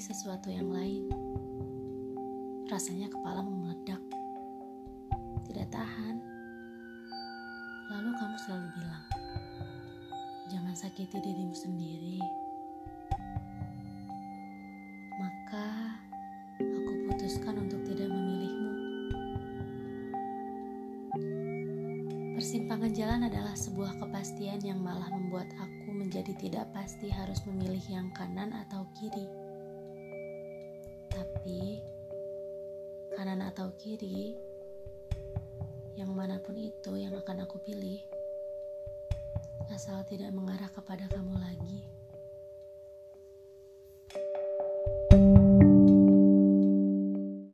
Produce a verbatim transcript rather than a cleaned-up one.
sesuatu yang lain. Rasanya kepala meledak, tidak tahan. Lalu kamu selalu bilang, jangan sakiti dirimu sendiri. Maka aku putuskan untuk tidak memilihmu. Persimpangan jalan adalah sebuah kepastian yang malah membuat aku menjadi tidak pasti harus memilih yang kanan atau kiri. Tapi, kanan atau kiri, yang manapun itu yang akan aku pilih, asal tidak mengarah kepada kamu